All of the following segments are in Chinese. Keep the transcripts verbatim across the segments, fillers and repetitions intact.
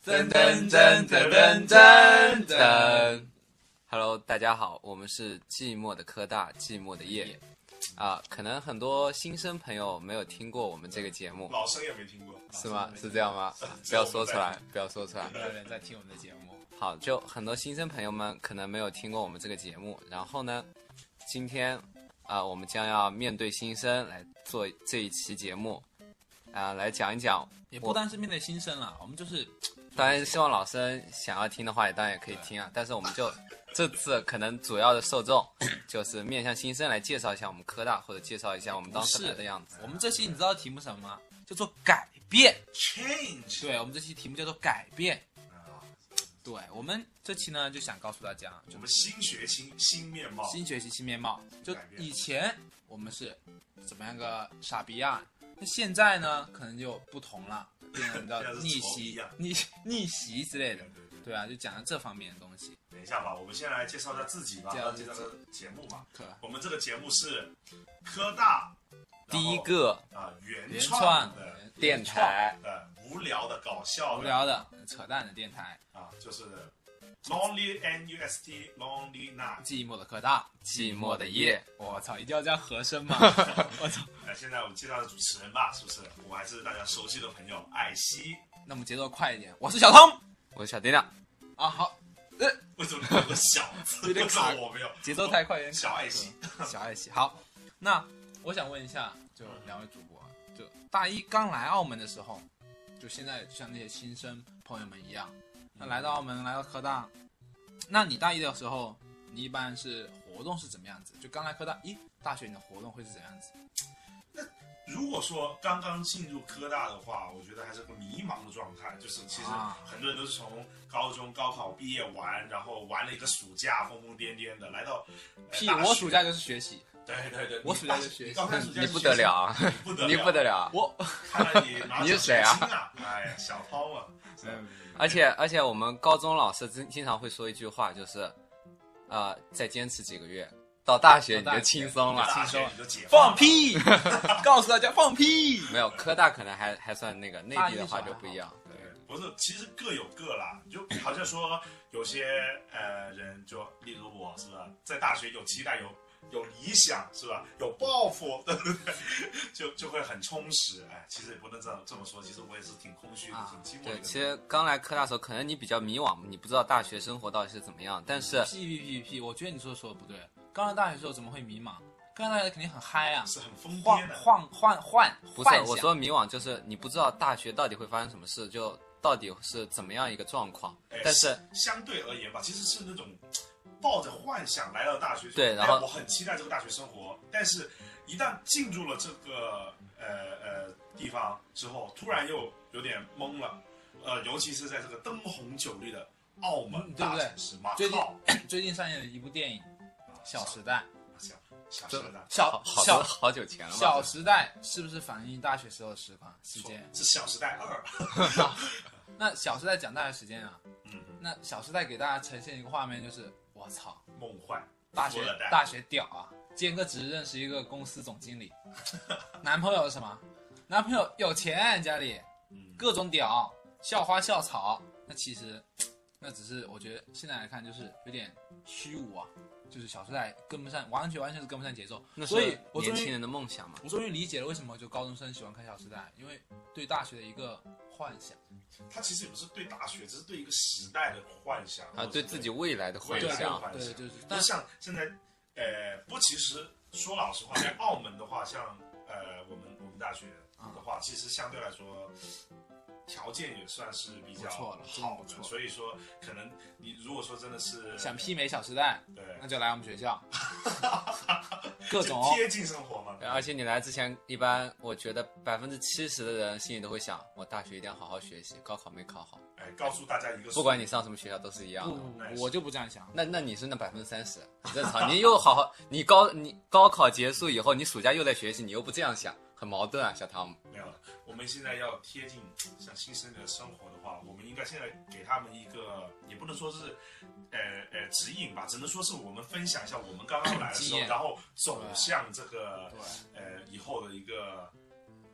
噔噔噔噔噔噔噔 Hello， 大家好，我们是寂寞的科大，寂寞的夜。啊，可能很多新生朋友没有听过我们这个节目， 老生也没听过， 是吗？是这样吗？不要说出来，不要说出来。 没有人在听我们的节目。 好，就很多新生朋友们可能没有听过我们这个节目，然后呢，今天啊、呃，我们将要面对新生来做这一期节目，啊、呃，来讲一讲。 也不单是面对新生了，我们就是， 当然希望老生想要听的话，也当然也可以听啊。但是我们就这次可能主要的受众就是面向新生来介绍一下我们科大，或者介绍一下我们当时来的样子。 我们这期你知道题目什么吗？叫做改变 ，change。 对，我们这期题目叫做改变。对，我们这期呢就想告诉大家， 我们新学期新面貌， 新学期新面貌。就以前我们是怎么样个傻逼样，那现在呢可能就不同了，变成叫逆袭、逆逆袭之类的。对, 对, 对, 对啊，就讲这方面的东西。 等一下吧，我们先来介绍一下自己吧，介绍介绍节目吧。我们这个节目是科大第一个啊原创的电台的无聊的搞笑的无聊的扯淡的电台啊，就是 Lonely N U S T Lonely Night 寂寞的科大， 寂寞的夜。 我操，一定要这样和声吗？我操！ 哎，现在我们介绍的主持人吧，是不是？我还是大家熟悉的朋友艾希。 那我们节奏快一点，我是小汤， 我是小丁亮。 啊，好。呃， 为什么有个小字？ 有点卡， 我没有， 节奏太快，有点小爱惜， 小爱惜。好，那我想问一下，就两位主播，就大一刚来澳门的时候，就现在就像那些新生朋友们一样，那来到澳门，来到科大，那你大一的时候，你一般是活动是怎么样子？就刚来科大，咦，大学你的活动会是怎样子？ 那如果说刚刚进入科大的话，我觉得还是个迷茫的状态，就是其实很多人都是从高中高考毕业玩，然后玩了一个暑假，疯疯癫癫的来到。 屁！我暑假就是学习。 对对对， 我暑假就学习。 你不得了啊！ 不得了， 你不得了！ 我看来你你是谁啊？ 哎呀，小涛啊！ 而且而且我们高中老师经经常会说一句话，就是，呃，再坚持几个月。到大学你就轻松了， 轻松你就解放屁！告诉大家放屁！ 没有，科大可能还还算那个，内地的话就不一样。 对，不是，其实各有各啦。就好像说有些呃人，就例如我是吧，在大学有期待，有有理想是吧，有抱负，对不对？就就会很充实。哎，其实也不能这样这么说，其实我也是挺空虚的， 啊、 挺寂寞的。 对，其实刚来科大的时候，可能你比较迷惘，你不知道大学生活到底是怎么样。但是屁屁屁屁，我觉得你说的说的不对。刚上大学的时候怎么会迷茫？刚上大学肯定很嗨啊， 是很疯癫的，晃晃晃不是，我说迷惘就是你不知道大学到底会发生什么事，就到底是怎么样一个状况。 哎、 但是相对而言吧，其实是那种抱着幻想来到大学， 对，然后、 哎、我很期待这个大学生活，但是一旦进入了这个呃呃地方之后，突然又有点懵了，呃，尤其是在这个灯红酒绿的澳门大城市，马最近最近上映了一部电影。小时代， 小小时代， 小小好久前了吧？ 小时代是不是反映大学时候的时光时间？ 是小时代二。 那小时代讲大学时间啊， 嗯， 那小时代给大家呈现一个画面，就是我操， 梦幻， 大学大学屌啊！坚哥只是认识一个公司总经理，男朋友是什么？男朋友有钱，家里各种屌，校花校草。那其实，那只是我觉得现在来看就是有点虚无啊。就是小时代跟不上，完全完全是跟不上节奏。所以我年轻人的梦想嘛。 我终于理解了为什么就高中生喜欢看小时代，因为对大学的一个幻想。 他其实也不是对大学，只是对一个时代的幻想啊，对自己未来的幻想。 对，对就是。 但像现在，呃，不，其实说老实话，在澳门的话，像呃我们我们大学的话，其实相对来说。条件也算是比较好的，所以说可能你如果说真的是想媲美小时代， 对， 那就来我们学校，各种贴近生活嘛。 而且你来之前，一般我觉得百分之七十的人心里都会想，我大学一定要好好学习，高考没考好。 哎，告诉大家一个， 不管你上什么学校都是一样的。 不，我就不这样想。 那那你是那百分之三十，很正常。你又好好，你高你高考结束以后，你暑假又在学习，你又不这样想。很矛盾啊，小汤姆。 没有，我们现在要贴近像新生的生活的话，我们应该现在给他们一个，也不能说是，呃呃指引吧，只能说是我们分享一下我们刚刚来的时候，然后走向这个呃以后的一个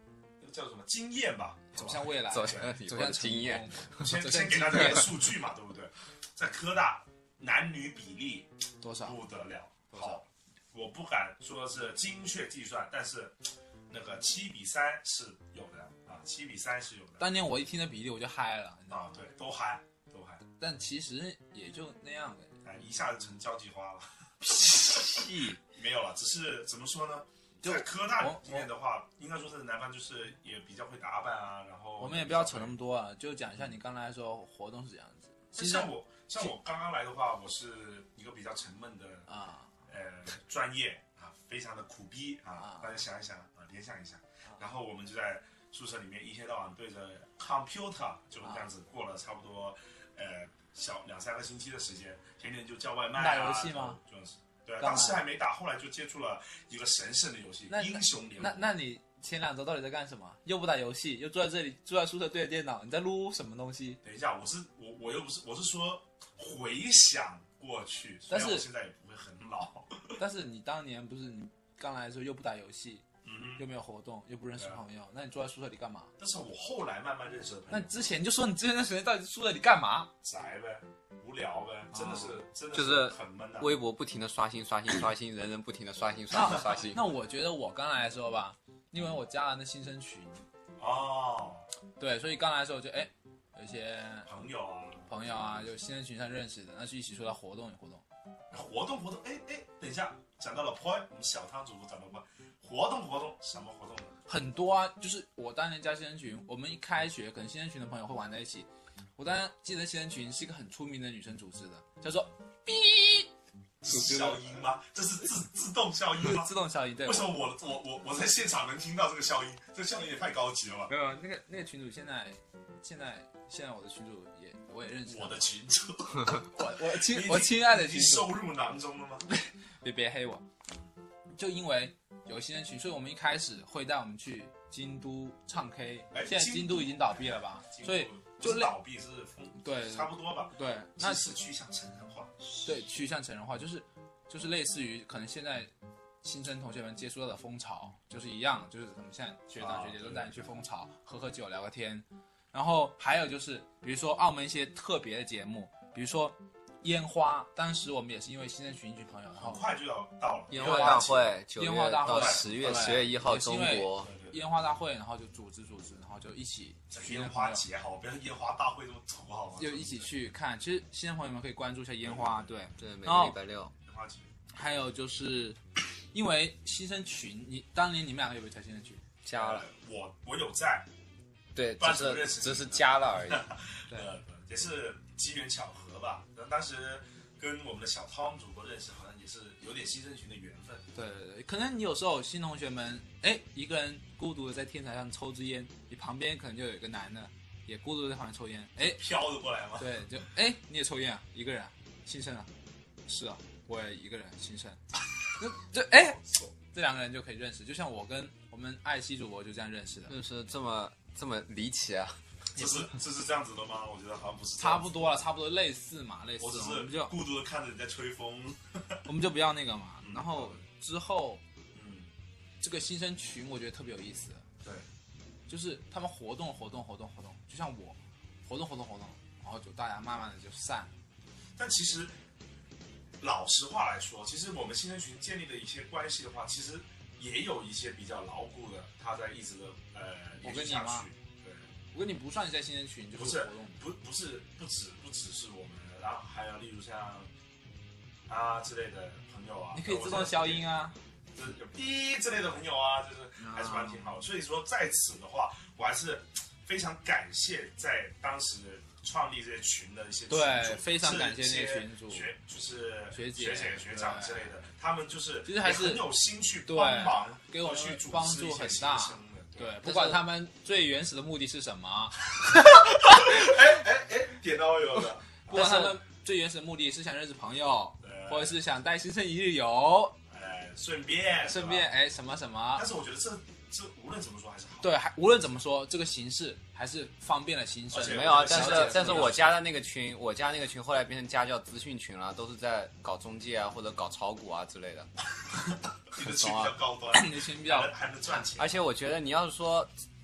叫什么经验吧， 走向未来， 走向以后的经验。 先先给大家点数据嘛，对不对？在科大男女比例多少不得了，好，我不敢说是精确计算，但是那个七比三是有的啊，七比三是有的。 当年我一听的比例我就嗨了，你知道吗？ 啊，对，都嗨都嗨， 但其实也就那样的。 哎，一下子成交际花了。 屁， 没有了，只是怎么说呢？ 就在科大里面的话，应该说是南方就是也比较会打扮啊，然后我们也不要扯那么多啊，就讲一下你刚来的时候活动是这样子。其实像我像我刚刚来的话，我是一个比较沉闷的啊， 呃专业啊，非常的苦逼啊， 啊大家想一想啊，联想一下，然后我们就在宿舍里面一天到晚对着 computer 就这样子过了差不多呃小两三个星期的时间，天天就叫外卖啊。 打游戏吗？ 就是对，当时还没打，后来就接触了一个神圣的游戏《英雄联盟》。 那那你前两周到底在干什么？又不打游戏，又坐在这里，坐在宿舍对着电脑，你在撸什么东西？ 等一下，我是我我又不是，我是说回想过去，虽然我现在也不会很老。 但是你当年不是你刚来的时候又不打游戏， 嗯， 又没有活动，又不认识朋友，那你坐在宿舍里干嘛？ 但是我后来慢慢认识的朋友， 那之前就说你这段时间到底宿舍里干嘛？ 宅呗，无聊呗，真的是、哦、真的就是很闷的、啊。 微博不停的刷新刷新刷新，人人不停的刷新刷新刷新。 那我觉得我刚来的时候吧，因为我加了那新生群， 哦， 对，所以刚来的时候就哎有一些朋友啊朋友啊，就新生群上认识的，那就一起说到活动有活动。 活动活动，哎哎，等一下，讲到了 point， 我们小汤主播讲到了活动活动，什么活动呢？ 很多啊，就是我当年加新生群，我们一开学可能新生群的朋友会玩在一起。我当然记得新生群是一个很出名的女生组织的，叫做“哔”， 消音吗？这是自自动消音吗？ 自动消音。对。 为什么我我我我在现场能听到这个消音？这个消音也太高级了吧？ 没有，那个那个群主现在现在现在我的群主也我也认识。 我的群主， 我我亲我亲爱的群主， 收入囊中了吗？ 别别黑我。就因为有新生群，所以我们一开始会带我们去京都唱 K。现在京都已经倒闭了吧？所以就倒闭是对差不多吧？ 对，那是趋向成人化。 对，趋向成人化，就是就是类似于可能现在新生同学们接触到的风潮就是一样，就是我们现在学长学姐都带你去风潮，喝喝酒聊个天。然后还有就是，比如说澳门一些特别的节目，比如说烟花，当时我们也是因为新生群一群朋友，然后很快就要到了烟花大会， 烟花大会到十月十月一号中国烟花大会，然后就组织组织，然后就一起烟花节好，不要烟花大会这么土好吗？ 就一起去看。其实新生朋友们可以关注一下烟花，对对，每个礼拜六烟花节。 还有就是因为新生群，你当年你们两个有没有加新生群？ 加了， 我我有在。 对，只是只是加了而已。 对， 也是机缘巧合吧。当时跟我们的小汤主播认识，好像也是有点新生群的缘分。 对对对，可能你有时候新同学们，哎，一个人孤独的在天台上抽支烟，你旁边可能就有一个男的，也孤独的在旁边抽烟，哎， 飘着过来吗？ 对，就哎，你也抽烟啊？一个人啊？新生啊？是啊，我也一个人新生。就哎，这两个人就可以认识，就像我跟我们爱惜主播就这样认识的。 就是这么。这么离奇啊！ 这是这是这样子的吗？我觉得好像不是。 差不多了，差不多类似嘛，类似。 我只是就孤独的看着你在吹风。 我们就不要那个嘛。嗯、然后之后， 嗯， 这个新生群我觉得特别有意思。 对， 就是他们活动活动活动活动，就像我活动活动活动，然后就大家慢慢的就散。 但其实，老实话来说，其实我们新生群建立的一些关系的话，其实。也有一些比较牢固的，他在一直的呃延续下去。 对， 我跟你不算你在新生群，就是活动， 不不是不只不只是我们，然后还有例如像啊之类的朋友啊， 你可以自动消音啊， 就是有哔之类的朋友啊，就是还是蛮挺好的。所以说在此的话，我还是非常感谢在当时创立这些群的一些群主， 对，非常感谢那些群主， 学就是学姐、 学姐、学长之类的。他们就是其实还是很有心去帮忙， 给我们去帮助很大。对，不管他们最原始的目的是什么， 哎哎哎，点到我有了。 不管他们最原始的目的是想认识朋友，或者是想带新生一日游， 哎，顺便顺便哎什么什么。 但是我觉得这这无论怎么说还是好。 对，还无论怎么说，这个形式还是方便了新生。 没有啊，但是但是我加的那个群，我加那个群后来变成家教资讯群了，都是在搞中介啊或者搞炒股啊之类的。 你的群比较高端， 你的群比较还能赚钱。 而且我觉得你要是说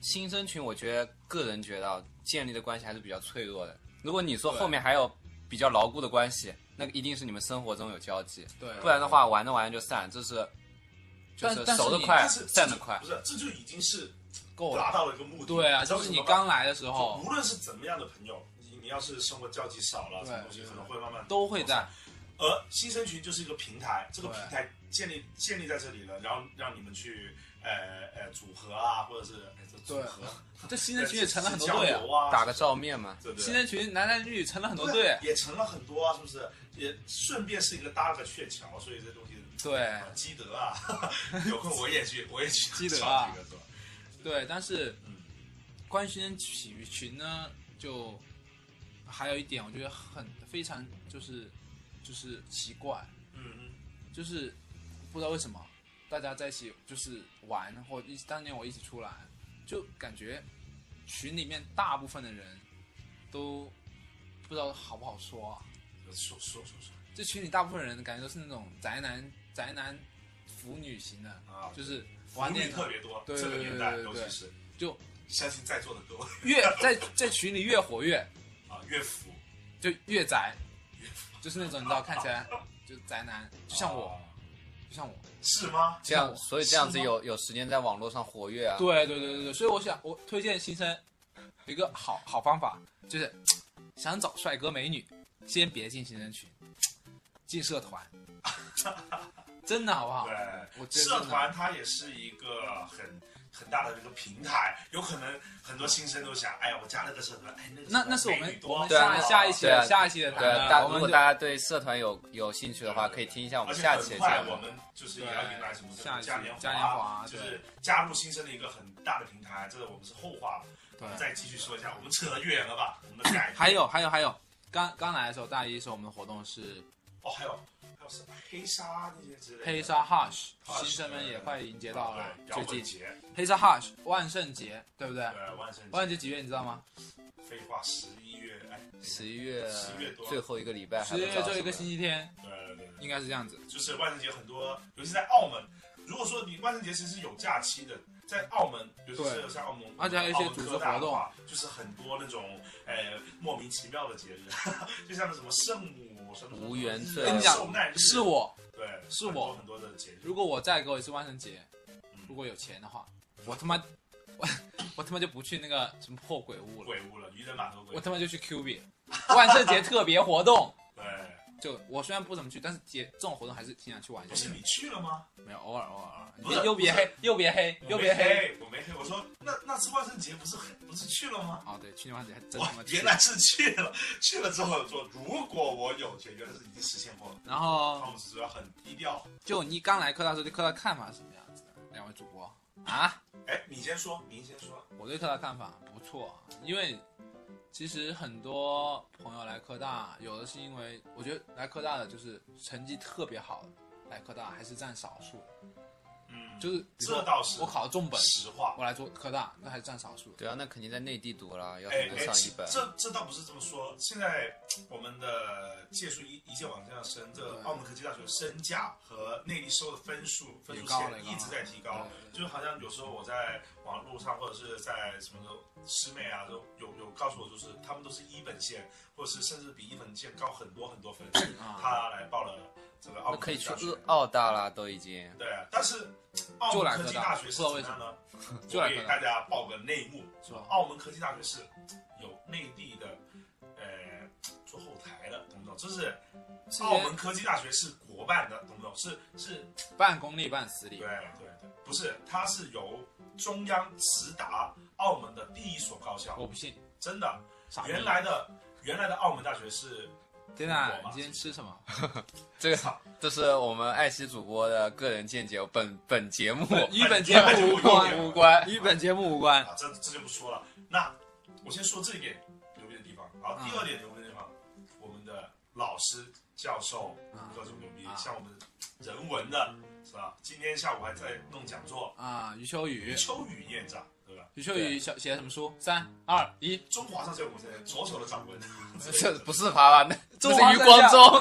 新生群，我觉得个人觉得建立的关系还是比较脆弱的。如果你说后面还有比较牢固的关系，那个一定是你们生活中有交集， 对， 不然的话玩着玩着就散，这是就是熟得快，散得快。 不是，这就已经是够了， 达到了一个目的。 对啊，就是你刚来的时候， 无论是怎么样的朋友，你你要是生活交集少了，什么东西可能会慢慢都会在。 而新生群就是一个平台，这个平台建立建立在这里了，然后让你们去呃呃组合啊，或者是哎这组合， 这新生群也成了很多队啊， 打个照面嘛。 对对， 新生群男男女女成了很多队， 也成了很多啊，是不是？也顺便是一个搭了个鹊桥，所以这东西对积德啊，有空我也去，我也去积德啊， 是吧？ 对，但是嗯，关于新生群群呢，就还有一点，我觉得很非常就是就是奇怪， 嗯， 就是不知道为什么大家在一起就是玩，或一当年我一起出来，就感觉群里面大部分的人都不知道好不好说啊。 说说说说， 这群里大部分人感觉都是那种宅男宅男腐女型的啊， 就是玩点特别多， 对这个年代尤其是， 就相信在座的各位， 越在在群里越活跃啊，越腐就越宅，就是那种你知道看起来就宅男，就像我， 啊、 就像我是吗？ 这样，所以这样子有有时间在网络上活跃啊。 对对对对对，所以我想我推荐新生有一个好好方法，就是想找帅哥美女。先别进新生群，进社团，真的好不好？ 对， 我觉得社团它也是一个很很大的一个平台，有可能很多新生都想，哎呀，我加了个社团，哎，那个那那是我们我们对下下一期的下一期的对，大如果大家对社团有有兴趣的话，可以听一下我们下期的节目。 我们就是也要迎来什么下嘉年嘉年华， 就是加入新生的一个很大的平台，这个我们是后话了。我们再继续说一下，我们扯得远了吧？我们的改还有还有还有。刚刚来的时候，大一的时候我们的活动是哦，还有还有是黑沙那些之类的。 黑沙 Hush， 新生们也快迎接到了最近。黑沙 Hush 万圣节，对不对？ 对，万圣节。 万圣节几月你知道吗？ 废话，十一月哎， 十一月十月多最后一个礼拜， 十一月最后一个星期天。 对对对， 应该是这样子。 就是万圣节很多，尤其在澳门，如果说你万圣节其实是有假期的。在澳门，尤其是像澳门， 而且还有一些组织活动， 就是很多那种呃莫名其妙的节日，就像什么圣母、什么无缘罪、 受难日， 是我， 对， 是我很多的节日。 如果我再过一次万圣节，如果有钱的话，我他妈，我我他妈就不去那个什么破鬼屋了， 鬼屋了，渔人码头鬼屋， 我他妈就去 Q B， 万圣节特别活动。 对。 就我虽然不怎么去，但是节这种活动还是挺想去玩一下。 不是你去了吗？ 没有，偶尔偶尔。 不是， 又别黑，又别黑，又别黑。我没黑，我说那那次万圣节不是不是去了吗？ 哦，对，去年万圣节还真他妈去。 原来是去了，去了之后说如果我有钱，原来是已经实现过了。 然后他们是主要很低调。 就你刚来科大的时候，对科大看法是什么样子的？两位主播啊？ 哎，你先说，您先说。 我对科大看法不错，因为。其实很多朋友来科大，有的是因为我觉得来科大的就是成绩特别好的，来科大还是占少数。 嗯， 就是这倒是我考了重本， 实话， 我来做科大，那还是占少数。 对啊，那肯定在内地读了，要很难上一本。 这这倒不是这么说，现在我们的届数一一届往上升，这澳门科技大学身价和内地收的分数分数线一直在提高，就好像有时候我在网络上或者是在什么师妹啊，都有有告诉我，就是他们都是一本线，或者是甚至比一本线高很多很多分，他来报了这个澳门可以去澳大啦，都已经。 对啊，但是澳门科技大学是怎样呢？就来给大家报个内幕，是吧？澳门科技大学是有内地的，呃，做后台的，懂不懂？这是澳门科技大学是国办的，懂不懂？是是半公立半私立。 对对对，不是，它是由中央直达澳门的第一所高校。 我不信， 真的，原来的原来的澳门大学是。 对啊，你今天吃什么？ 这个这是我们爱惜主播的个人见解，本本节目与本节目无关， 无关， 与本节目无关。 啊，这这就不说了。那我先说这一点牛逼的地方，然后第二点牛逼的地方，我们的老师教授各种牛逼，像我们人文的是吧？今天下午还在弄讲座啊，余秋雨， 余秋雨院长。 余秋雨写写什么书？三二一， 中华上下五千年，左手的掌纹， 这不是他吧？那这是余光中。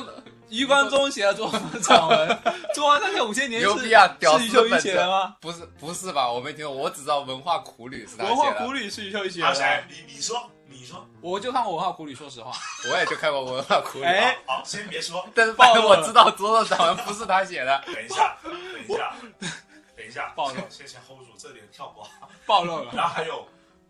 余光中写的中长文，中华三小五千年是牛逼啊！屌丝是余秋雨本子写的吗？ 不是不是吧？我没听过，我只知道文化苦旅是他文化写的。 苦旅是余秋雨写阿才的，， 你你说你说， 我就看过文化苦旅，说实话。 我也就看过文化苦旅， 哎好，好先别说， 但是反正我知道左手掌文不是他写的。 等一下，等一下，等一下， 暴露先先 hold 住，这里跳过。 暴露了。 然后还有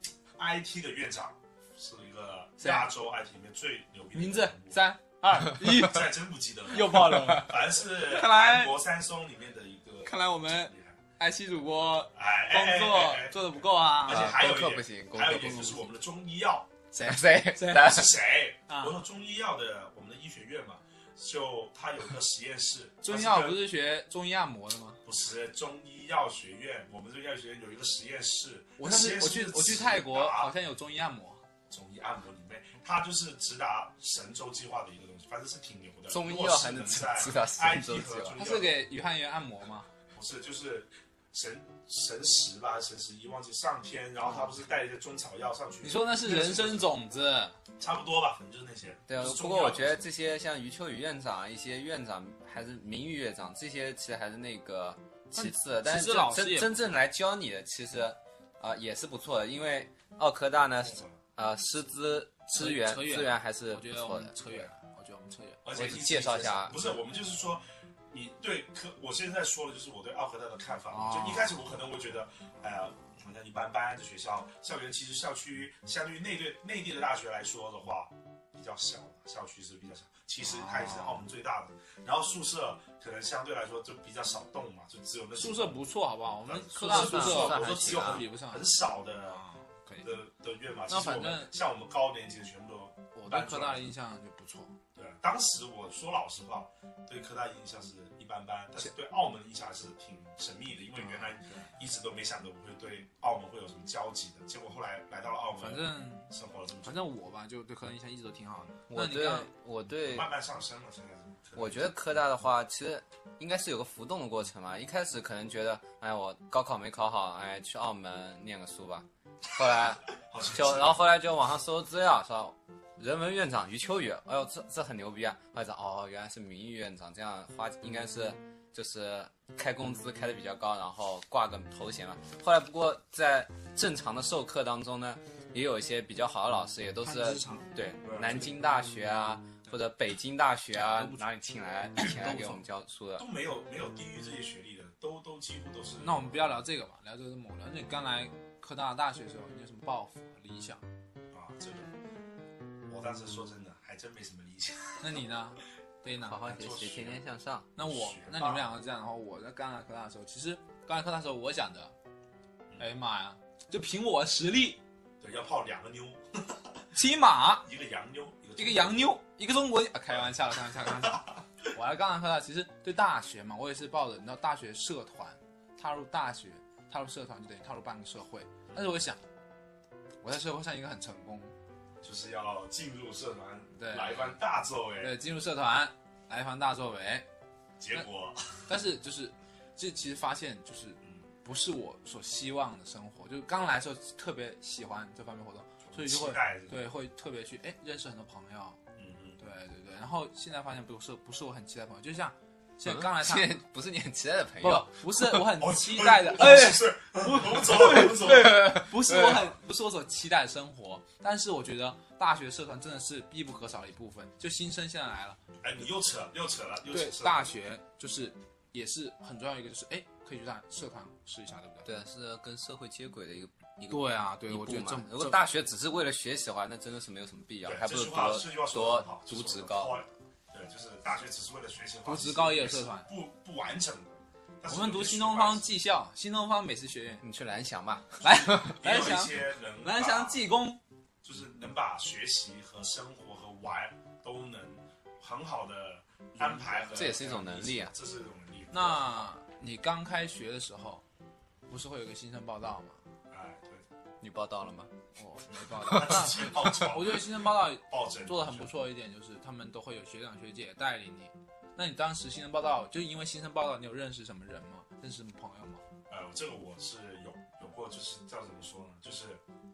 I T 的院长，是一个亚洲 I T 里面最牛逼的名字人物三二一， 这还真不记得了， 又暴露了。 反正是看来韩国三松里面的一个， 看来我们厉害爱惜主播哎工哎作哎哎哎做的不够啊而。且还有一点功课不行，功还有一点课不行。 就是我们的中医药谁谁谁谁是谁？ 啊我说中医药的我们的医学院嘛，就它有一个实验室， 中医药它跟不是学中医按摩的吗？ 不是中医药学院，我们这个药学院有一个实验室。 我上次实验室是我去我去直泰国， 达好像有中医按摩。 中医按摩里面，它就是直达神州计划的一个东西，反正是挺牛的。 中医如果是药还能在直达神 I 州 T 计划和中医药他是给宇汉源按摩吗？ 不是就是神神十吧，还是神十一忘记上天，然后他不是带一些中草药上去。 你说那是人参种子， 差不多吧，反正就是那些。 对啊就是，中不药过我觉得这些像余秋雨院长、一些院长还是名誉院长，这些其实还是那个其次的，但是其实老师也真真正来教你的，其实啊、呃也是不错的，因为奥科大呢，呃，师资资源扯远资源还是不我觉得我错的。 们扯远了，我觉得我们扯远了。 我而且你介绍一下啊不是我们就是说，你对科，我现在说的就是我对奥科大的看法。 哦就一开始我可能会觉得，呃，好像一般般，这学校校园其实校区相对于内地内地的大学来说的话，比较小，校区是比较小。其实它也是澳门最大的，然后宿舍可能相对来说就比较少栋嘛，就只有那几宿舍不错，好不好？我们宿科大宿舍宿舍舍我说只有比不上很少的啊。可以， 的的院嘛。 那其实我们反正像我们高年级的全部都我对科大的印象就不错。 对，当时我说老实话，对科大印象是一般般，但是对澳门的印象还是挺神秘的，因为原来一直都没想着我会对澳门会有什么交集的，结果后来来到了澳门， 反正生活了这么久反，正我吧，就对科大印象一直都挺好的。 我对那你刚我对慢慢上升了。现在是， 我觉得科大的话，其实应该是有个浮动的过程嘛。一开始可能觉得，哎，我高考没考好，哎，去澳门念个书吧。后来好像是就，然后后来就网上搜资料，说人文院长余秋雨，哎呦，这这很牛逼啊！后来知道哦，原来是名誉院长，这样花应该是就是开工资开的比较高，然后挂个头衔嘛。后来不过在正常的授课当中呢，也有一些比较好的老师，也都是看职场对南京大学啊。或者北京大学啊，哪里请来请来给我们教书的都？没有没有低于这些学历的，都都几乎都是。 那我们不要聊这个吧，聊这个是某聊。那你刚来科大大学的时候，你有什么抱负、理想？ 啊，这个我当时说真的还真没什么理想。 那你呢？对呢？ 好好学习，天天向上。 那我学， 那你们两个这样的话，我在刚来科大的时候，其实刚来科大的时候，我想的，哎呀妈呀，就凭我的实力， 对，要泡两个妞， 起码一个洋妞，一个一个洋妞，一个中国啊，开玩笑，开玩笑，开玩笑。我来刚来科大，其实对大学嘛，我也是抱着你知道大学社团，踏入大学，踏入社团就等于踏入半个社会。但是我想，我在社会上应该很成功， 就是要进入社团， 对来一番大作为。 对，进入社团来一番大作为。 结果， 但是就是，这其实发现就是不是我所希望的生活。就刚来的时候特别喜欢这方面活动，所以就会期待这个对会特别去哎认识很多朋友， 嗯嗯， 对对对。然后现在发现不是不是我很期待的朋友，就像现在刚来上现在不是你很期待的朋不友， 不是我很哦期待的， 哎， 哎， 是，我们走了，我们走了。 不是我很不是我所期待的生活。但是我觉得大学社团真的是必不可少的一部分。就新生现在来了， 哎，你又扯，又扯了，又对扯。 大学就是也是很重要一个，就是哎可以去大社团试一下，对不对？ 对，是跟社会接轨的一个一个对啊，对， 一步我觉得这嘛。如果这大学只是为了学习的话，那真的是没有什么必要， 对， 还不如这句话， 读这句话说读得很好， 读职这说得高。 很好。对，就是大学只是为了学习的话， 读职高也有社团不不完整的。但是我们读有些新东方学技校、新东方美食学院， 你去蓝翔吧， 来霸也有一蓝翔些人把蓝翔技工， 就是能把学习和生活和玩都能很好的安排和这也是一种能力啊这是一种能力。 那你刚开学的时候，不是会有一个新生报道吗？ 哎，对， 你报道了吗？ 我没报道。 他自己报仇， 我觉得新生报道报证做的很不。错的一点就是，他们都会有学长学姐带领你。那你当时新生报道，就因为新生报道，你有认识什么人吗？认识什么朋友吗？ 呃，这个我是有有过，就是叫怎么说呢？就是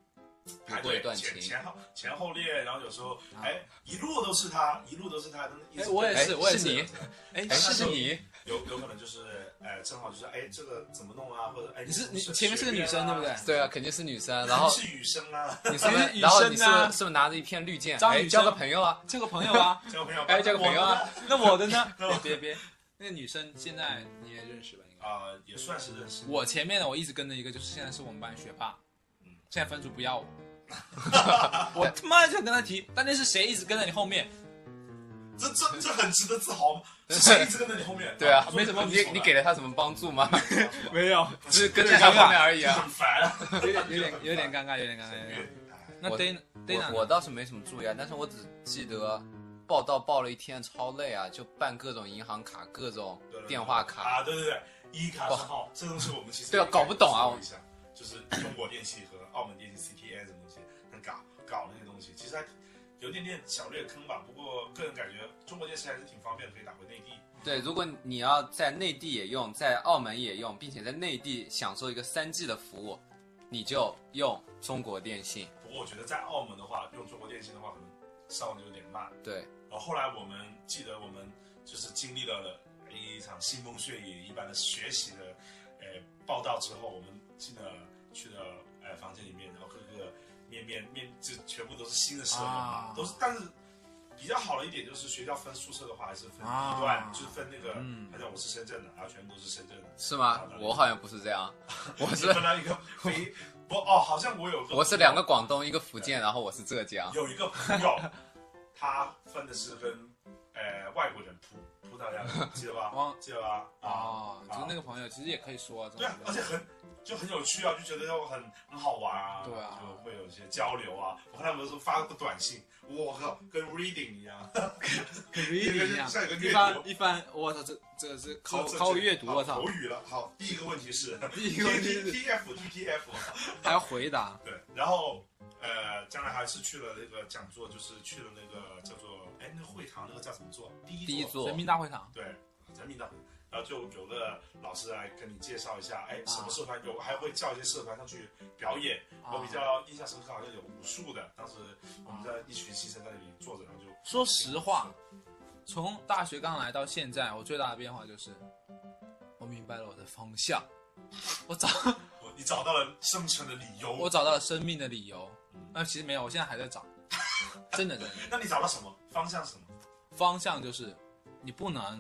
排过一队前段情前后前后列，然后有时候哎一路都是他，一路都是他，一直哎我也是哎我也是是你， 哎， 哎是你， 是你有有可能就是哎正好就是哎这个怎么弄啊，或者哎你是你是前面是个女生对不对？ 对啊，肯定是女生，然后是雨生啊， 你是不是肯定是，女然后你是不生啊是是不是拿着一片绿箭， 张雨哎，交个生朋友啊？ 交个朋友啊， 交个朋友， 哎交个朋友啊， 那我的呢？别别别，那个女生现在你也认识吧？应该。 啊、也算是认识。 我前面的我一直跟着一个，就是现在是我们班学霸， 嗯现在分组不要我，我他妈就跟他提，但那是谁一直跟在你后面？ 这这这很值得自豪吗？是谁一直跟在你后面？ 对啊， 没什么你你给了他什么帮助吗？ 没有， 只是跟在他后面而已啊。 很烦啊。 有点有点有点尴尬，有点尴尬，有点尴尬。那我 Dana 我 Dana 我倒是没什么注意啊，但是我只记得报道报了一天，超累啊，就办各种银行卡、各种电话卡。 啊，对对对，一卡是号，这东西我们其实对啊搞不懂啊我一下，就是中国电信和澳门电信 C T N 什么东西，很搞搞那些东西，其实还有点点小略坑吧。不过个人感觉中国电信还是挺方便的，可以打回内地。 对，如果你要在内地也用，在澳门也用，并且在内地享受一个三 G 的服务，你就用中国电信。 不过我觉得在澳门的话，用中国电信的话，可能稍微有点慢。 对， 然后后来我们记得我们就是经历了一场腥风血雨一般的学习的呃报道之后，我们进了去了呃房间里面，然后各个面面面就全部都是新的舍友嘛， 啊都是但是。比较好的一点就是学校分宿舍的话，还是分啊一段，就是分那个， 嗯好像我是深圳的，然后全部都是深圳的， 是吗？我好像不是这样，我你是分到一个非不哦，好像我有个我是两个广东，一个福建，然后我是浙江。 有一个朋友，他分的是跟呃外国人葡葡萄牙人，记得吧？ 忘记得吧？啊， 哦，就是那个朋友，其实也可以说这对啊，而且很就很有趣啊，就觉得就很很好玩啊， 对啊就会有一些交流啊。我看他们有时候发个短信，我靠，跟 reading 一样， 跟 reading 一样像有个， 一阅读番一番，我操，这这个是考这这考阅读， 好我操口，语了。好，第一个问题是第一个问题是 T T F T T F， 还要回答， 对，然后呃，将来还是去了那个讲座，就是去了那个叫做哎那个会堂，那个叫什么座？第一第一座人民大会堂， 对，人民大会堂。然后就有个老师来跟你介绍一下，哎，什么社团有，还会叫一些社团上去表演。 啊我比较印象深刻，好像有武术的，当时我们在一群新生在那里坐着，然后就说实话，从大学刚来到现在，我最大的变化就是，我明白了我的方向，我找我你找到了生存的理由。 我找到了生命的理由。那其实没有，我现在还在找，真的真的。 那你找到什么方向？是什么？ 方向就是你不能，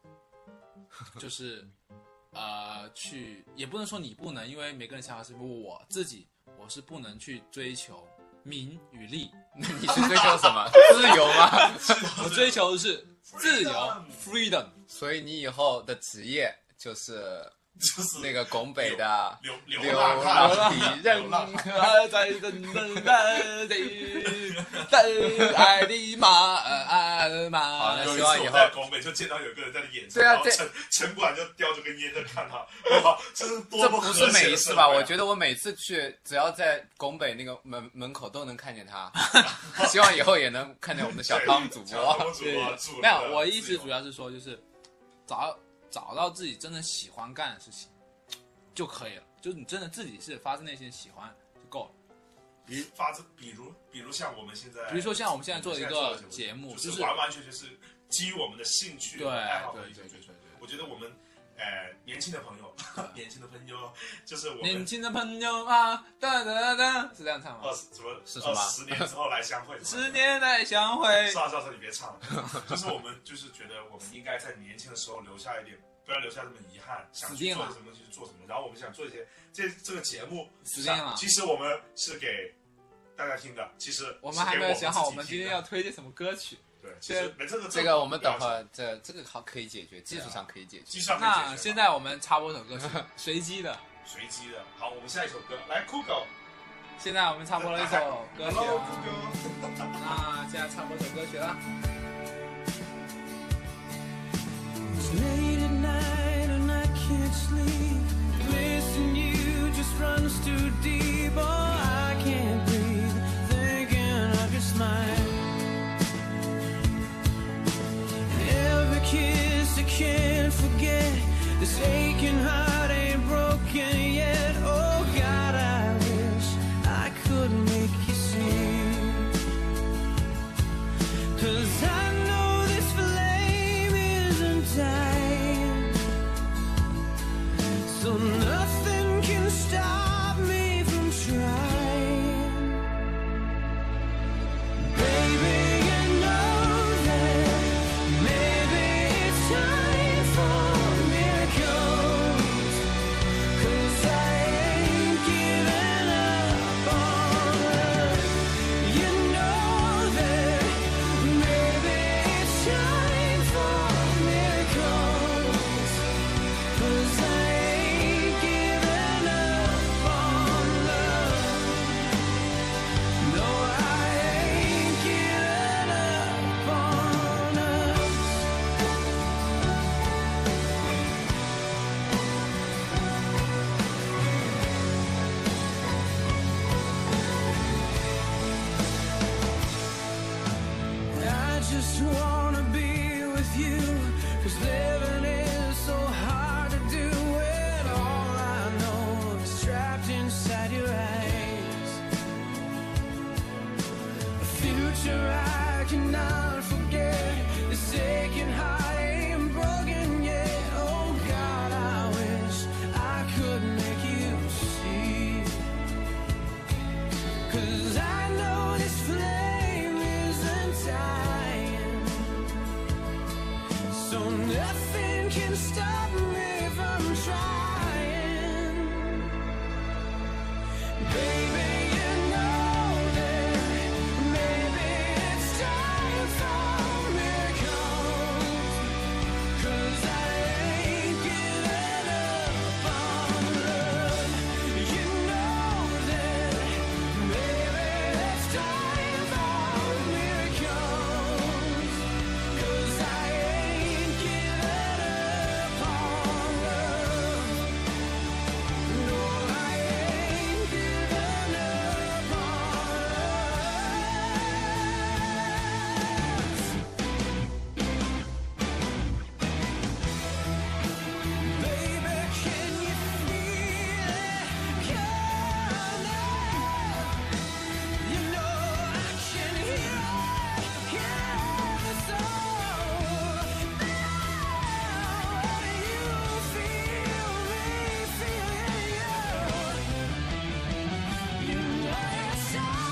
就是呃去，也不能说你不能，因为每个人想法是不一样，我自己我是不能去追求名与利， 那你是追求什么？自由吗？ 我追求的是自由 freedom。 所以你以后的职业就是就是那个拱北的流流流浪汉。 浪敌人流。浪还在等等等等爱的马儿马。 好那有一次希望以后我在拱北就见到有个人在那演唱， 对啊这然后城城管就叼着根烟在看他，哇，这是多这不是么和谐的每一次吧？ 社会啊我觉得我每次去，只要在拱北那个门门口都能看见他。希望以后也能看见我们的小汤主播。 小汤主播祝没有， 你的我意思自由主要是说，就是找找到自己真的喜欢干的事情就可以了，就是你真的自己是发自内心喜欢就够了。 比发自，比如比如像我们现在， 比如说像我们现在做的一我个们现在做的节目， 就是完完全全是基于我们的兴趣对和爱好的对一种追求对对对。 我觉得我们呃年轻的朋友，年轻的朋友就是我们年轻的朋友啊，哒哒哒，是这样唱吗？ 二十什么是什么二十年之后来相会， 十年来相会。 算了算了算了，你别唱了。就是我们就是觉得我们应该在年轻的时候留下一点，不要留下这么遗憾，想去做什么就去做什么。然后我们想做一些这这个节目， 死定了其实我们是给大家听的，其实我们还没有想好，我是给们今天要推荐什么歌曲。 对，其实没这个这个我们等会儿这这个好可以解决，技术上可以解决。 技术上可以解决那现在我们插播首歌曲，随机的。 随机的。好，我们下一首歌来酷狗。 现在我们插播了一首歌曲 Hello， 啊， 酷狗。 那现在插播首歌曲了。 It's late at night and I can't sleep. Missing you just runs too deep. Oh, I can't breathe, thinking of your smile. And every kiss I can't forget. This aching heart ain't broken yet. Oh God, I wish I could make I just wanna be with you, 'cause living is so hard to do when all I know is trapped inside your eyes. A future I cannot forget, this aching heart ain't broken yet. Oh God, I wish I could make you see, 'cause I know this flame isn't dying, so nothing can stop me from trying. Baby, you know that maybe it's time for miracles, 'cause I ain't giving up on love. You know that maybe it's time for miracles, 'cause I ain't giving up on love. No, I ain't giving up on love. Baby, can you feel it coming? You know I can hear it, hear the sound. Now you feel me, feeling you. You know it's time.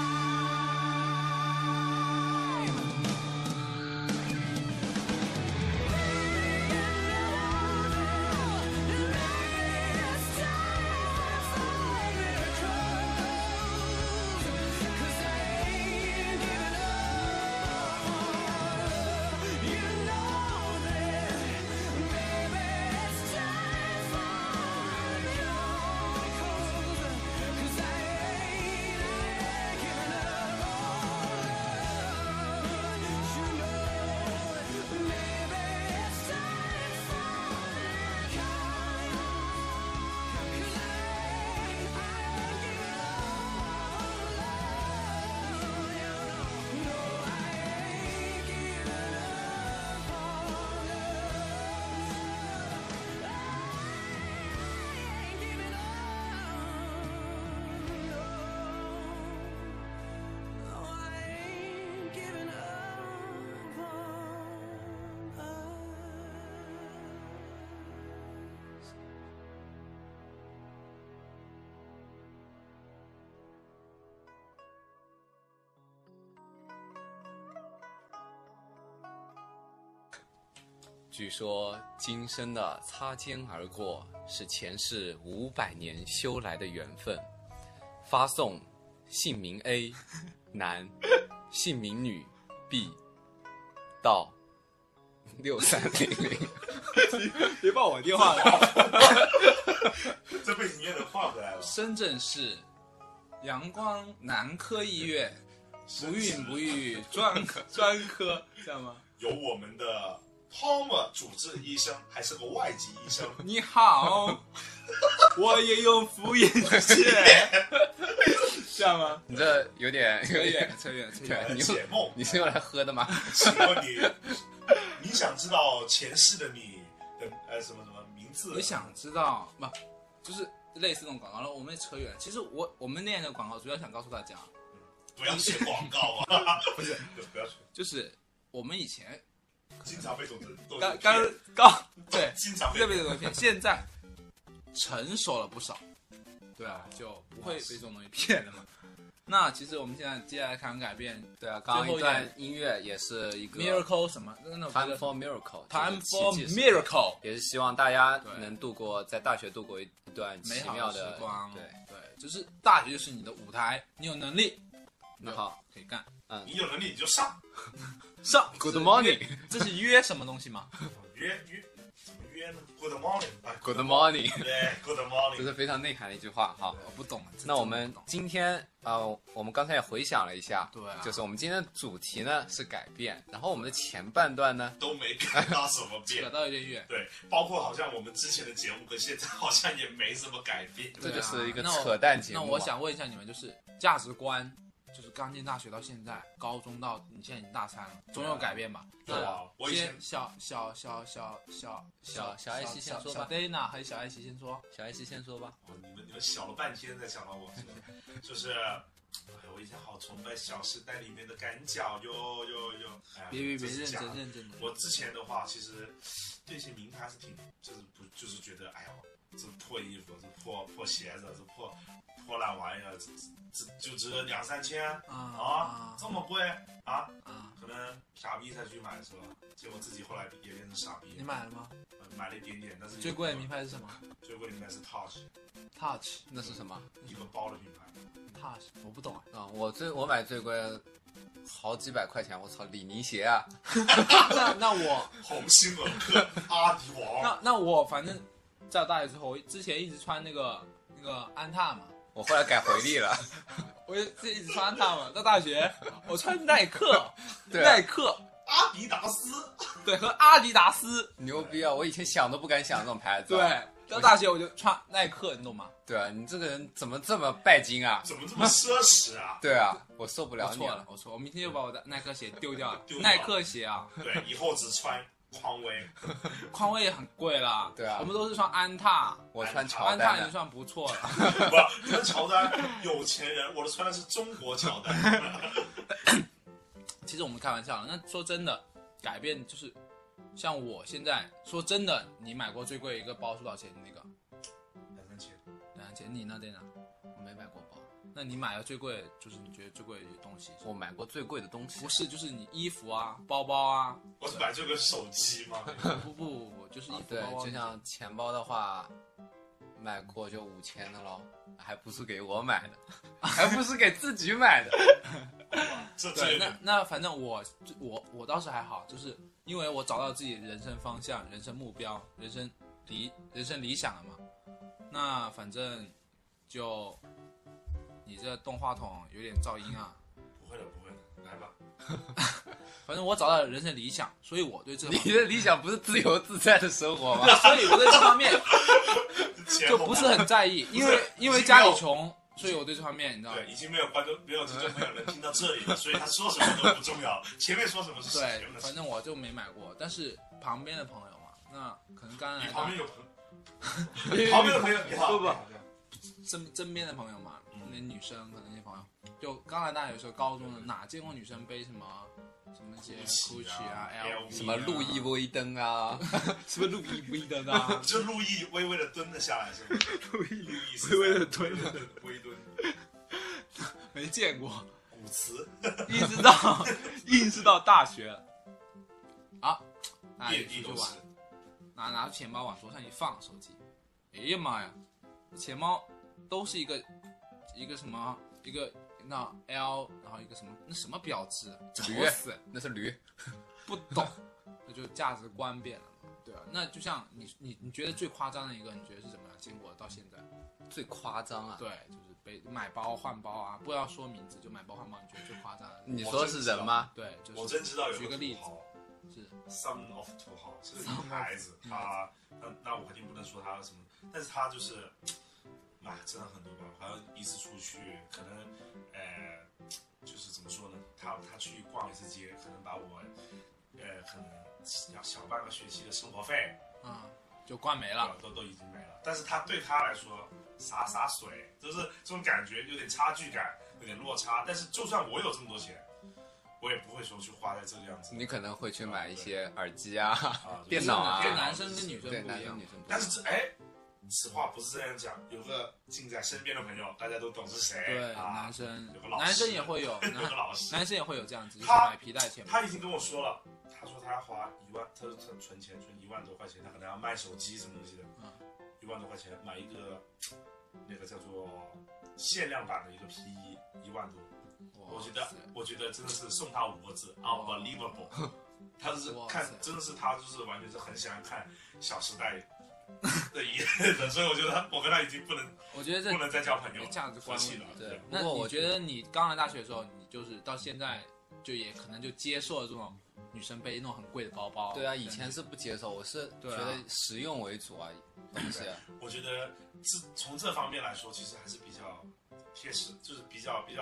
us. 据说今生的擦肩而过是前世五百年修来的缘分。发送姓名 A 男，姓名女 B 到六三零零。 别把我电话了。 这背景音乐能换回来了。 深圳市阳光男科医院不孕不育专科专科，这样吗？ 有我们的 Tom 主治医生，还是个外籍医生。 你好，我也有妇炎洁，这样吗？ 你这有点扯远，扯远，扯远。 对，你解梦， 你是用来喝的吗？ 请问你，你想知道前世的你的呃什么什么名字？ 我想知道，不，就是类似这种广告了。我们也扯远了。其实我我们那样的广告主要想告诉大家， 不要学广告啊！不是，不要学， 就是我们以前经常被动动刚刚刚对， 经常被特别的东西，现在成熟了不少，对啊，就不会被这种东西骗了嘛。那其实我们现在接下来看改变， 对啊，刚刚一段音乐也是一个 miracle 什么那 Time for Miracle Time 就是 for 奇迹时 Miracle， 也是希望大家能度过在大学度过一段奇美好妙的时光。 对对，就是大学就是你的舞台，你有能力， 那好可以干。 嗯， 你有能力你就上， 上 Good morning， 这是约什么东西吗？ 约约怎么约呢 ？Good morning，哎 Good morning， 对 ，Good 这 morning， 是非常内涵的一句话哈。 我不懂。 那我们今天呃，我们刚才也回想了一下， 对啊就是我们今天的主题呢是改变，然后我们的前半段呢， 都没改到什么变扯。到有点远。 对，包括好像我们之前的节目跟现在好像也没什么改变。 这就是一个那我扯淡节目啊。 那我想问一下你们，就是价值观就是刚进大学到现在，高中到你现在已经大三了，总有改变吧？ 对啊，我以前先小小小小小小小艾希先说吧小 Dana 还是小艾希先说？ 小艾希先说吧。 哦你们你们想了半天才想到我，是吧？就是，哎，我以前好崇拜《小时代》里面的赶脚哟哟哟！哎呀， 别别别，认这是假的真认真的。 我之前的话，其实对一些名牌是挺，就是不就是觉得，哎呀，这破衣服，这破破鞋子，这破破烂玩意儿，这这就值两三千啊啊，这么贵啊？ 啊！ 可能傻逼才去买是吧？结果自己后来也变成傻逼。 你买了吗？ 呃买了一点点，但是最贵的名牌是什么最贵的名牌是 Touch， ？Touch 那是什么？ 一个包的品牌。 Touch 我不懂啊。 啊、我最我买最贵的好几百块钱，我操，李宁鞋啊！ 那那我鸿星尔克、阿迪王， 那那我反正在大学之后，我之前一直穿那个那个安踏嘛， 我后来改回力了。 我就自己一直穿安踏嘛。到大学我穿耐克， 对啊耐克阿迪达斯， 对和阿迪达斯， 牛逼啊！我以前想都不敢想这种牌子、啊。 对。到大学我就穿耐克，你懂吗？ 对啊，你这个人怎么这么拜金啊？ 怎么这么奢侈啊？ 对啊，我受不我了你错了，我错了，我明天就把我的耐克鞋丢掉了。 丢掉耐克鞋啊， 对，以后只穿匡威。 匡威也很贵啦。 对啊我们都是穿安踏， 我穿乔安踏丹的。 已经算不错了。 不，你们乔丹有钱人，我的穿的是中国乔丹。 其实我们开玩笑了，那说真的，改变就是像我现在说真的，你买过最贵的一个包是多少钱？那个两三千， 两千，你呢？对呢？ 我没买过包， 那你买的最贵，就是你觉得最贵的东西是？ 我买过最贵的东西不是，就是你衣服啊、包包啊。 我是买这个手机吗？ 不不不不，就是衣服、 啊对包，包。 就像钱包的话，买过就五千的咯，还不是给我买的，还不是给自己买的。 这这对， 有点那那反正我我我倒是还好，就是因为我找到自己的人生方向、人生目标、人生理人生理想了嘛。那反正就你这动话筒有点噪音啊。 不会的，不会的，来吧。 反正我找到了人生理想，所以我对这个你的理想不是自由自在的生活吗？ 所以我对这方面钱就不是很在意，因为因为家里穷，所以我对这方面你知道吗？ 对，已经没有观众、没有听众朋友能听到这里了，所以他说什么都不重要，前面说什么是对前面，的事。 反正我就没买过，但是旁边的朋友嘛，那可能刚你来旁边有朋友，你旁边的朋友你好， 不不你好身身边的朋友嘛， 嗯那女生可能那些朋友，就刚来大学的时候，高中的哪见过女生背什么什么一些 Gucci 啊 Gucci 啊、 L V 啊 L V 什么路易威登啊， 什么路易威登啊， 就路易微微的蹲了下来，是吗？路易路易微微地蹲微蹲微蹲， 没见过， 古词一直到一直到大学了，好，大家遍一起出去玩地都是。， 拿拿出钱包往桌上一放，手机，哎呀妈呀，钱包都是一个一个什么一个那 L， 然后一个什么那什么标志，丑驴死， 那是驴。 不懂，那就价值观变了嘛，对啊，那就像你你你觉得最夸张的一个，你觉得是怎么样？经过到现在， 最夸张啊！ 对，就是被买包换包啊，不要说名字，就买包换包，你觉得最夸张的？ 你说是人吗？ 对，就是我真知道有举个例子土豪是 ，Son of 土豪是个女孩子，她那那我肯定不能说她什么，但是她就是，啊，真的很多吧，好像一次出去可能，呃，就是怎么说呢？她她去逛一次街，可能把我，呃，可能要小半个学期的生活费， 啊、就灌没了。 都都已经没了。但是她对她来说洒洒水，就是这种感觉有点差距感，有点落差。但是就算我有这么多钱，我也不会说去花在这个样子。 你可能会去买一些耳机啊、 啊电脑啊， 对男生跟女生对不一样男生女生不一样。 但是这哎，此话不是这样讲。有个近在身边的朋友，大家都懂是谁。 对， 啊、 男生有个老师男生也会有， 有个男老师， 男生也会有这样子，就是他买皮带钱。 他已经跟我说了，他说他要花一万，他说他存钱存一万多块钱，他可能要卖手机什么东西的， 嗯一万多块钱买一个那个叫做限量版的一个皮衣，一万多。我觉得哇塞， 我觉得真的是送他五个字 ，unbelievable。他是哇看塞， 真的是他就是完全是很喜欢看《小时代》的一个人，所以我觉得我跟他已经不能我觉得这不能再交朋友了， 价值观服气了。 对对， 那不过我你觉得你刚来大学的时候，你就是到现在就也可能就接受了这种女生背那种很贵的包包？ 对啊，以前是不接受，我是觉对啊得实用为主啊，东西啊。 我觉得这从这方面来说，其实还是比较贴实，就是比较比较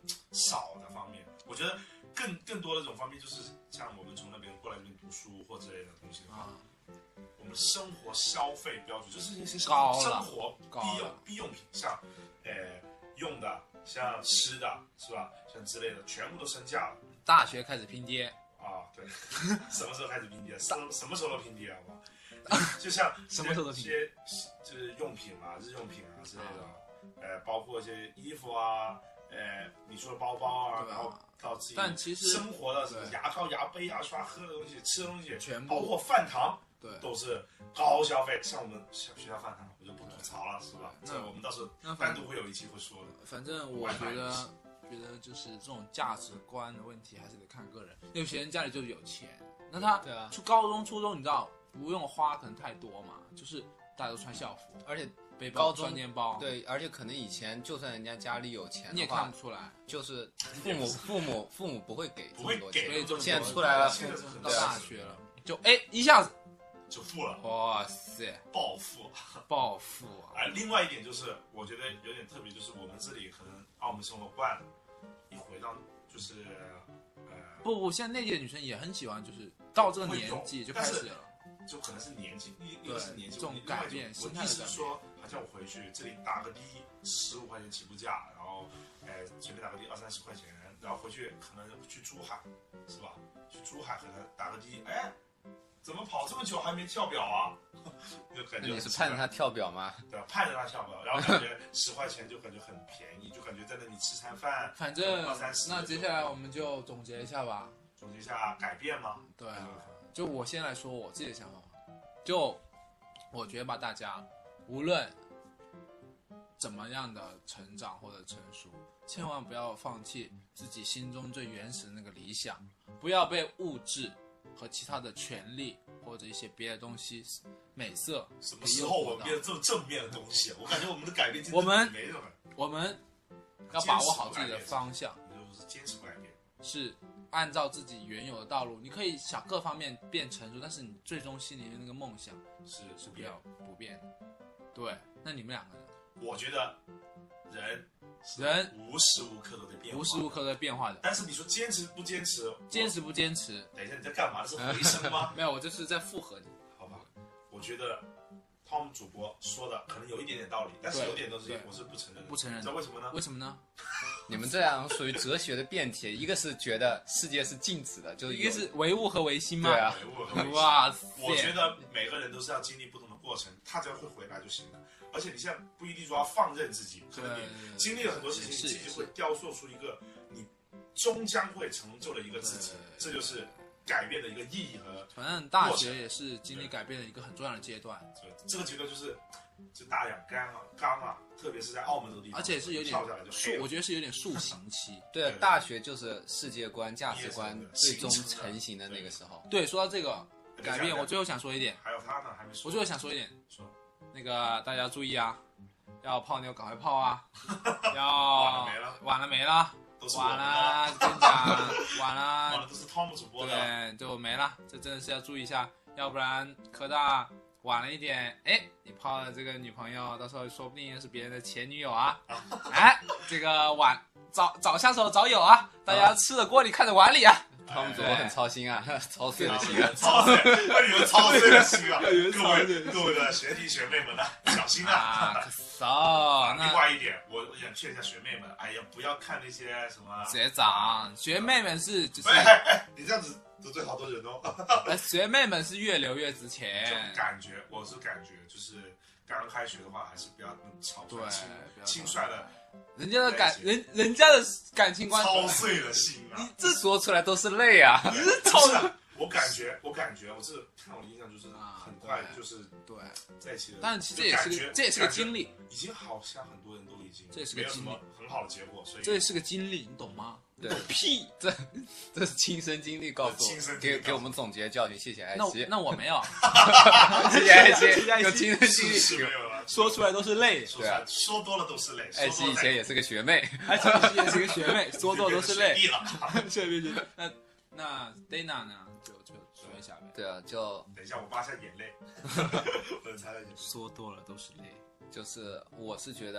少的方面。我觉得更更多的这种方面，就是像我们从那边过来这边读书或之类的东西的话， 啊， 我们生活消费标准就是一些生高了生活高必用了必用品，像呃用的，像吃的，是吧？像之类的，全部都升价了。 大学开始拼爹， 啊，对，什么时候开始拼爹？什什么时候都拼爹，好不好？就像什么时候都拼一些就是用品啊、日用品啊之类的，呃，包括一些衣服啊，呃，你说的包包啊， 对啊然后到自己但其实生活的什么对牙膏、牙杯、牙刷、喝的东西、吃的东西， 全部包括饭堂， 对， 都是高消费。像我们小学校饭堂，我就不吐槽了，是吧？ 那这我们到时候那反单独会有一期会说的。 反正我觉得，觉得就是这种价值观的问题，还是得看个人。有些人家里就是有钱，那他对啊去高中、初中，你知道不用花可能太多嘛，就是大家都穿校服， 而且背包、 高中双肩包，， 对，而且可能以前就算人家家里有钱你也的话， 看不出来。 就是父母父母父母不会给这不会给么多钱所以这么现在多出来了到现在是很大大学了，就哎一下子， 就富了， 哇塞， 暴富。 暴富啊！ 而另外一点就是，我觉得有点特别，就是我们这里可能澳门生活惯了，一回到就是呃， 不不，现在内地的女生也很喜欢，就是到这个会有年纪就但是开始了。 就可能是年纪，一一个是年纪， 这种另外一改变我心态的改变意思是说，好像我回去这里打个的十五块钱起步价，然后哎随便打个的二三十块钱，然后回去可能去珠海，是吧？去珠海可能打个的，哎，怎么跑这么久还没跳表啊？就感觉那你是盼着他跳表吗？ 对吧？盼着他跳表，然后感觉十块钱就感觉很便宜，就感觉在那里吃餐饭， 反正二三十。 那接下来我们就总结一下吧。 总结一下改变吗？ 对啊，就我先来说我自己的想法，就我觉得吧，大家无论怎么样的成长或者成熟，千万不要放弃自己心中最原始的那个理想，不要被物质和其他的权利或者一些别的东西美色什么时候我们变成这么正面的东西？我感觉我们的改变， 我们没什么， 我们要把握好自己的方向， 就是坚持不改变。 是按照自己原有的道路，你可以想各方面变成熟，但是你最终心里的那个梦想是是不要不变的。对，那你们两个人， 我觉得人是人无时无刻都在变化， 无时无刻都在变化的， 但是你说坚持不坚持？ 坚持不坚持？ 等一下，你在干嘛？这是回声吗？ 没有，我就是在附和你。 好吧，我觉得 Tom 主播说的可能有一点点道理，但是对有点东西对我是不承认的。 不承认你知道为什么呢？ 为什么呢？ 你们这样属于哲学的辩题，一个是觉得世界是静止的，就是一个是唯物和唯心嘛。 对啊唯物和唯心哇塞！ 我觉得每个人都是要经历不同的过程，他只要会回来就行了。而且你现在不一定说要放任自己，可能你经历了很多事情，你自己会雕塑出一个你终将会成就的一个自己，这就是改变的一个意义和。 反正大学也是经历改变的一个很重要的阶段， 这个阶段就是就大两缸啊缸啊，特别是在澳门这个地方， 而且是有点跳下来就塑， 黑了我觉得是有点塑形期。 对对大学就是世界观、价值观毕业最终成的成型的那个时候。 对，说到这个改变，我最后想说一点， 还有他呢，还没说。 我最后想说一点， 说那个大家注意啊，要泡妞赶快泡啊，要晚了没了， 晚了没了， 都是我晚们的， 了，跟你讲，晚完了了，都是 Tom 主播的。 对，就没了，这真的是要注意一下，要不然科大晚了一点，哎，你泡的这个女朋友，到时候说不定是别人的前女友啊，哎，这个晚早早下手早有啊，大家吃的锅里看着碗里啊。 他们主播很操心啊，操碎了心啊。 操碎，为你们操碎了心啊！各位各位的学弟学妹们呢，小心啊！ 啊，可骚！ 另那外一点，我我想劝一下学妹们，哎呀，不要看那些什么学长学妹们是就是哎，哎哎，你这样子得罪好多人哦。 呃学妹们是越流越值这种钱， 感觉，我是感觉就是刚开学的话，还是不要那么草对率轻不要轻率的人家的感人人家的感情观， 操碎了心啊！ 这说出来都是泪啊！ 不是啊，我感觉，我感觉，我是看我的印象就是啊很快对就是对， 在一起的， 但其实这也是就感觉个这也是个感觉经历， 已经好像很多人都已经这也是个没有什么经历很好的结果，所以这也是个经历，你懂吗？ 对懂屁！ 这这是亲身经历告诉亲身我， 经历告诉给给我们总结教训，谢谢艾那希， 那我没有， 谢谢艾谢谢艾希， 希有亲身经是是没历。 有了， 说出来都是泪。 说出来说多了都是泪， 艾希以前也是个学妹， 而且也是个学妹，说多都是泪。 学弟了。 学妹学妹，那那 Dana 呢？就就说一下呗。 对啊，就等一下，我扒下眼泪，我才来说多了都是泪。 就是我是觉得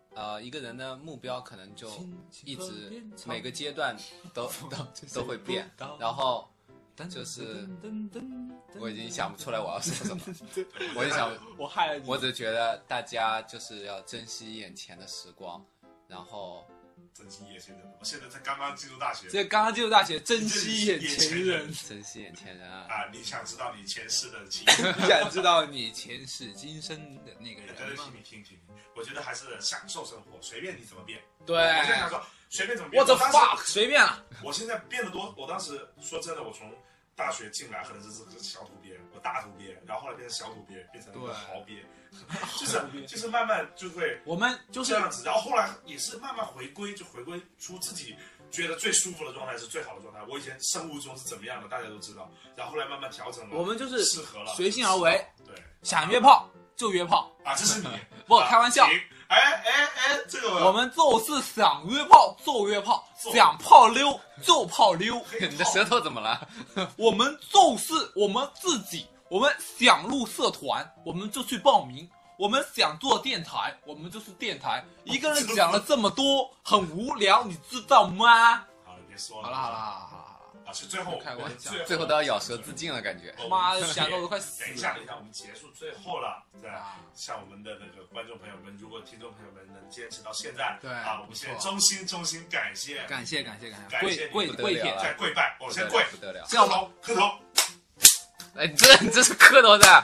呃，一个人的目标可能就一直每个阶段都都都会变，然后就是我已经想不出来我要说什么，我就想我害了你。 我只觉得大家就是要珍惜眼前的时光，然后珍惜眼前人。我现在才刚刚进入大学， 这刚刚进入大学，珍惜眼前人， 珍惜眼前人啊！ 啊，你想知道你前世的情？ 你想知道你前世今生的那个对对， 人吗听？你听听，我觉得还是享受生活，随便你怎么变。 对我现在想说，随便怎么变。 我的我当时 fuck，随便了。 我现在变得多，我当时说真的，我从大学进来可能是这个小土鳖，我大土鳖，然后后来变成小土鳖，变成了一个豪鳖，就是就是慢慢就会我们就是这样子，然后后来也是慢慢回归，就回归出自己觉得最舒服的状态是最好的状态。我以前生物钟是怎么样的，大家都知道，然后后来慢慢调整了， 我们就是适合了， 随性而为， 对， 想约炮就约炮， 啊，这是你， 不开玩笑啊。行哎哎哎，这个我们就是想约炮就约炮， 做想泡妞就泡妞。 你的舌头怎么了？ 我们就是我们自己，我们想入社团，我们就去报名；我们想做电台，我们就是电台。一个人讲了这么多，很无聊，你知道吗？ 好了，别说了， 好了好了好了好了， 啊，是最后开玩笑最最后都要咬舌自尽了，感觉。 妈的，想的我都快死等一下， 了等一下，我们结束最后了。对， 啊！ 像我们的那个观众朋友们，如果听众朋友们能坚持到现在， 对啊，我们先不错衷心衷心感谢， 感谢感谢感谢， 感谢跪跪不得跪舔了了再跪拜，我不得了先跪， 不得了！ 磕头磕头， 哎，你这你这是磕头的，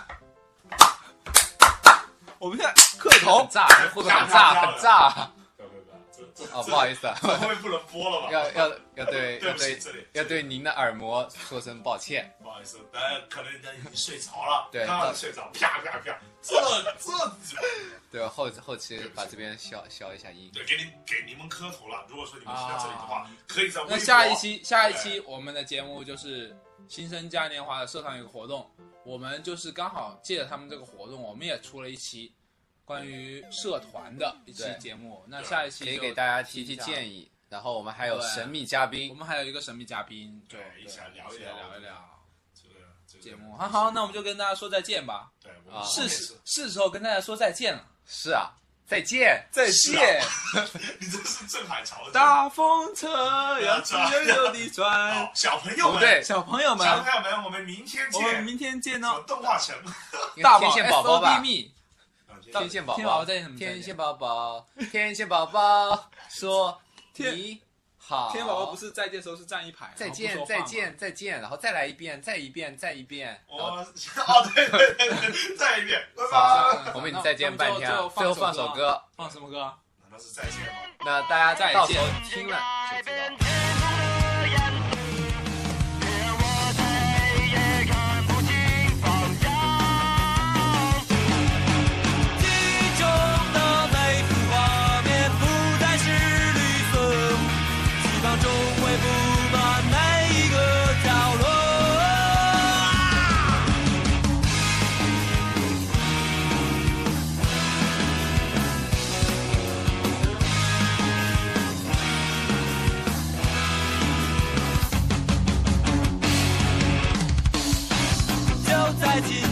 我们现在磕头很，炸，互动很炸，很炸。 不要不要不要，这这哦，不好意思啊， 这后面不能播了吧？ 要要要对对不起， 要对这里要对您的耳膜说声抱歉。 不好意思，呃，可能人家已经睡着了， 对刚刚睡着，啪啪啪，这这对，后后期把这边消消一下音。 对，给你给你们磕头了。如果说你们听到这里的话，可以在微博。 那下一期下一期我们的节目就是新生嘉年华的社团有个活动，我们就是刚好借着他们这个活动，我们也出了一期关于社团的一期对节目。那下一期可以给大家提提议。 建议，然后我们还有对神秘嘉我宾， 们还有一个神秘嘉宾， 对对一起来聊一一起来聊聊一聊这个这个节目。好好，那我们就跟大家说再见吧， 对，我啊们后是时面是， 是时候跟大家说再见了， 是啊，再见。 再是见。 你这是郑海潮的。 大风车要自由悠地转好，，小朋友们， 不对， 小朋友们， 小朋友们，我们明天见。 我们明天见什么哦。 动画城？ 大天线宝宝吧 S O B 蜜天线宝天宝宝， 在什么？ 天线宝宝，天线宝宝说天你好， 天宝宝不是再见的时候是站一排， 再然后不说话吗。 见再见再见，然后再来一遍，再一遍再一遍， 我然后哦，对对对对，再一遍，拜拜。 好，我们与你再见半天啊，最后放首歌， 放什么歌？ 难道是再见吗？ 那大家再见到时候听了就知道了。 记中的每幅画面不再是绿色，希望终会布满每一个角落。就在今